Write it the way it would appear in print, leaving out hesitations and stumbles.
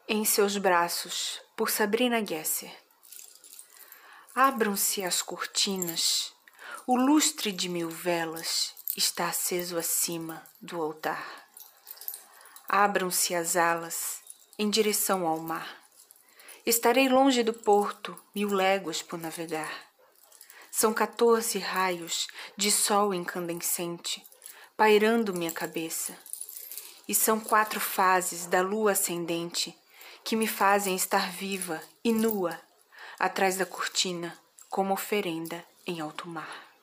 Em seus braços, por Sabrina Gesser. Abram-se as cortinas, o lustre de 1000 velas está aceso acima do altar. Abram-se as alas em direção ao mar. Estarei longe do porto, 1000 léguas por navegar. São 14 raios de sol incandescente, pairando minha cabeça. E são 4 fases da lua ascendente que me fazem estar viva e nua, atrás da cortina, como oferenda em alto mar.